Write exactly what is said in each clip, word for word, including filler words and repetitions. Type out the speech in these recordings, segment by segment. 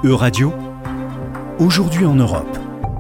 Euradio, aujourd'hui en Europe.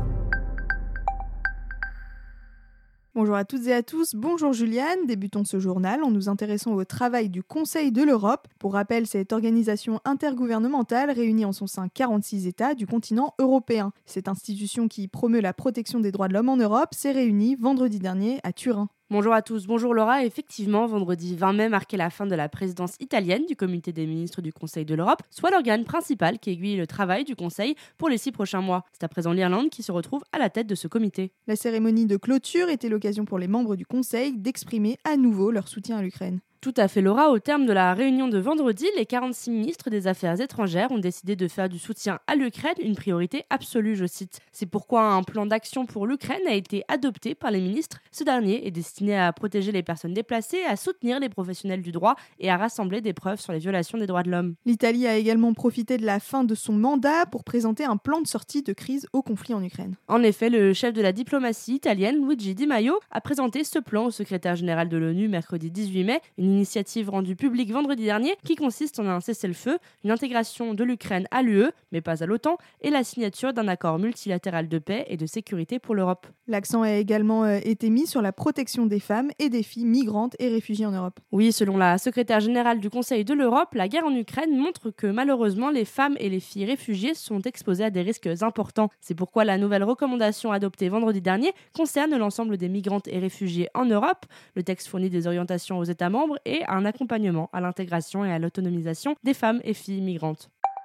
Bonjour à toutes et à tous, bonjour Juliane. Débutons ce journal en nous intéressant au travail du Conseil de l'Europe. Pour rappel, cette organisation intergouvernementale réunit en son sein quarante-six États du continent européen. Cette institution qui promeut la protection des droits de l'homme en Europe s'est réunie vendredi dernier à Turin. Bonjour à tous, bonjour Laura. Effectivement, vendredi vingt mai marquait la fin de la présidence italienne du comité des ministres du Conseil de l'Europe, soit l'organe principal qui aiguille le travail du Conseil pour les six prochains mois. C'est à présent l'Irlande qui se retrouve à la tête de ce comité. La cérémonie de clôture était l'occasion pour les membres du Conseil d'exprimer à nouveau leur soutien à l'Ukraine. Tout à fait Laura, au terme de la réunion de vendredi, les quarante-six ministres des Affaires étrangères ont décidé de faire du soutien à l'Ukraine une priorité absolue, je cite. C'est pourquoi un plan d'action pour l'Ukraine a été adopté par les ministres. Ce dernier est destiné à protéger les personnes déplacées, à soutenir les professionnels du droit et à rassembler des preuves sur les violations des droits de l'homme. L'Italie a également profité de la fin de son mandat pour présenter un plan de sortie de crise au conflit en Ukraine. En effet, le chef de la diplomatie italienne, Luigi Di Maio, a présenté ce plan au secrétaire général de l'ONU mercredi dix-huit mai, une initiative rendue publique vendredi dernier qui consiste en un cessez-le-feu, une intégration de l'Ukraine à l'U E, mais pas à l'OTAN, et la signature d'un accord multilatéral de paix et de sécurité pour l'Europe. L'accent a également euh, été mis sur la protection des femmes et des filles migrantes et réfugiées en Europe. Oui, selon la secrétaire générale du Conseil de l'Europe, la guerre en Ukraine montre que malheureusement les femmes et les filles réfugiées sont exposées à des risques importants. C'est pourquoi la nouvelle recommandation adoptée vendredi dernier concerne l'ensemble des migrantes et réfugiés en Europe. Le texte fournit des orientations aux États membres et un accompagnement à l'intégration et à l'autonomisation des femmes et filles migrantes.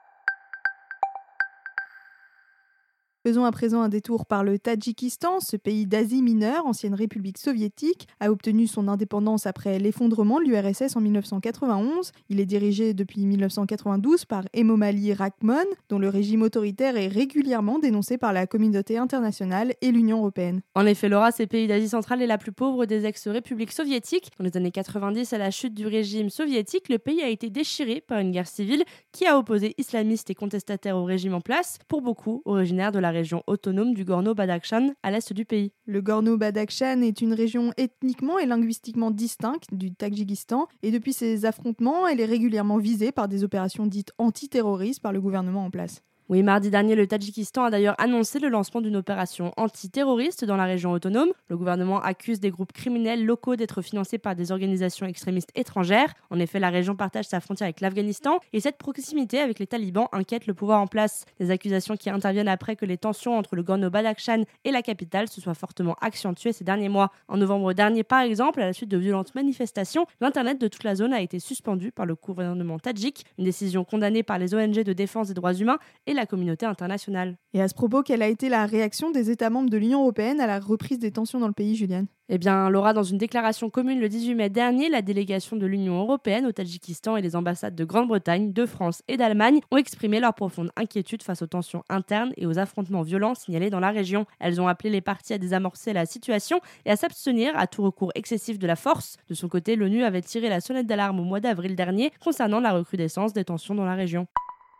Faisons à présent un détour par le Tadjikistan. Ce pays d'Asie mineure, ancienne république soviétique, a obtenu son indépendance après l'effondrement de l'U R S S en dix-neuf cent quatre-vingt-onze. Il est dirigé depuis dix-neuf cent quatre-vingt-douze par Emomali Rahmon, dont le régime autoritaire est régulièrement dénoncé par la communauté internationale et l'Union européenne. En effet, Laura, ce pays d'Asie centrale est la plus pauvre des ex-républiques soviétiques. Dans les années quatre-vingt-dix, à la chute du régime soviétique, le pays a été déchiré par une guerre civile qui a opposé islamistes et contestataires au régime en place, pour beaucoup originaires de la région autonome du Gorno-Badakhshan à l'est du pays. Le Gorno-Badakhshan est une région ethniquement et linguistiquement distincte du Tadjikistan et depuis ces affrontements, elle est régulièrement visée par des opérations dites antiterroristes par le gouvernement en place. Oui, mardi dernier, le Tadjikistan a d'ailleurs annoncé le lancement d'une opération antiterroriste dans la région autonome. Le gouvernement accuse des groupes criminels locaux d'être financés par des organisations extrémistes étrangères. En effet, la région partage sa frontière avec l'Afghanistan et cette proximité avec les talibans inquiète le pouvoir en place. Des accusations qui interviennent après que les tensions entre le Gorno-Badakhshan et la capitale se soient fortement accentuées ces derniers mois. En novembre dernier, par exemple, à la suite de violentes manifestations, l'Internet de toute la zone a été suspendu par le gouvernement tadjik, une décision condamnée par les O N G de défense des droits humains et la communauté internationale. Et à ce propos, quelle a été la réaction des États membres de l'Union européenne à la reprise des tensions dans le pays, Juliane ? Eh bien, Laura, dans une déclaration commune le dix-huit mai dernier, la délégation de l'Union européenne au Tadjikistan et les ambassades de Grande-Bretagne, de France et d'Allemagne ont exprimé leur profonde inquiétude face aux tensions internes et aux affrontements violents signalés dans la région. Elles ont appelé les parties à désamorcer la situation et à s'abstenir à tout recours excessif de la force. De son côté, l'ONU avait tiré la sonnette d'alarme au mois d'avril dernier concernant la recrudescence des tensions dans la région.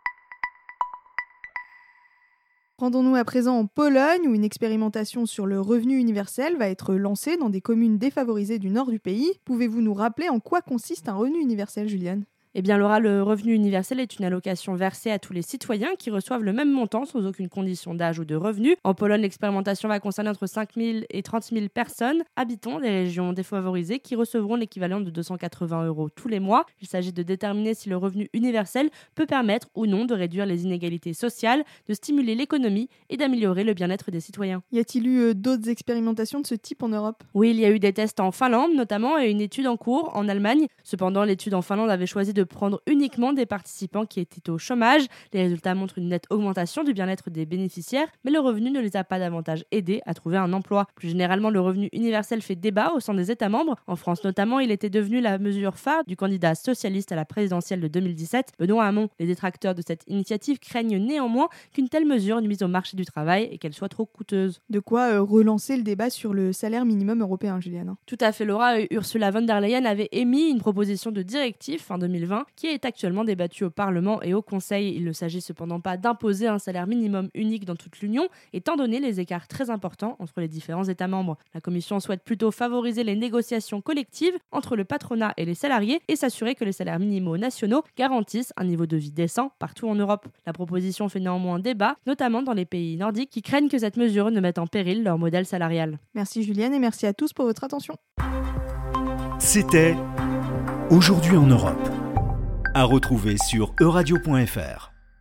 Rendons-nous à présent en Pologne où une expérimentation sur le revenu universel va être lancée dans des communes défavorisées du nord du pays. Pouvez-vous nous rappeler en quoi consiste un revenu universel, Juliane ? Eh bien, Laura, le revenu universel est une allocation versée à tous les citoyens qui reçoivent le même montant sans aucune condition d'âge ou de revenu. En Pologne, l'expérimentation va concerner entre cinq mille et trente mille personnes, habitants des régions défavorisées qui recevront l'équivalent de deux cent quatre-vingts euros tous les mois. Il s'agit de déterminer si le revenu universel peut permettre ou non de réduire les inégalités sociales, de stimuler l'économie et d'améliorer le bien-être des citoyens. Y a-t-il eu euh, d'autres expérimentations de ce type en Europe ? Oui, il y a eu des tests en Finlande notamment et une étude en cours en Allemagne. Cependant, l'étude en Finlande avait choisi de prendre uniquement des participants qui étaient au chômage. Les résultats montrent une nette augmentation du bien-être des bénéficiaires, mais le revenu ne les a pas davantage aidés à trouver un emploi. Plus généralement, le revenu universel fait débat au sein des États membres. En France notamment, il était devenu la mesure phare du candidat socialiste à la présidentielle de deux mille dix-sept, Benoît Hamon. Les détracteurs de cette initiative craignent néanmoins qu'une telle mesure nuise au marché du travail et qu'elle soit trop coûteuse. De quoi euh, relancer le débat sur le salaire minimum européen, Juliane. Tout à fait, Laura. Ursula von der Leyen avait émis une proposition de directive fin deux mille vingt vingt, qui est actuellement débattu au Parlement et au Conseil. Il ne s'agit cependant pas d'imposer un salaire minimum unique dans toute l'Union, étant donné les écarts très importants entre les différents États membres. La Commission souhaite plutôt favoriser les négociations collectives entre le patronat et les salariés et s'assurer que les salaires minimaux nationaux garantissent un niveau de vie décent partout en Europe. La proposition fait néanmoins débat, notamment dans les pays nordiques qui craignent que cette mesure ne mette en péril leur modèle salarial. Merci Julienne et merci à tous pour votre attention. C'était Aujourd'hui en Europe, à retrouver sur euradio point f r.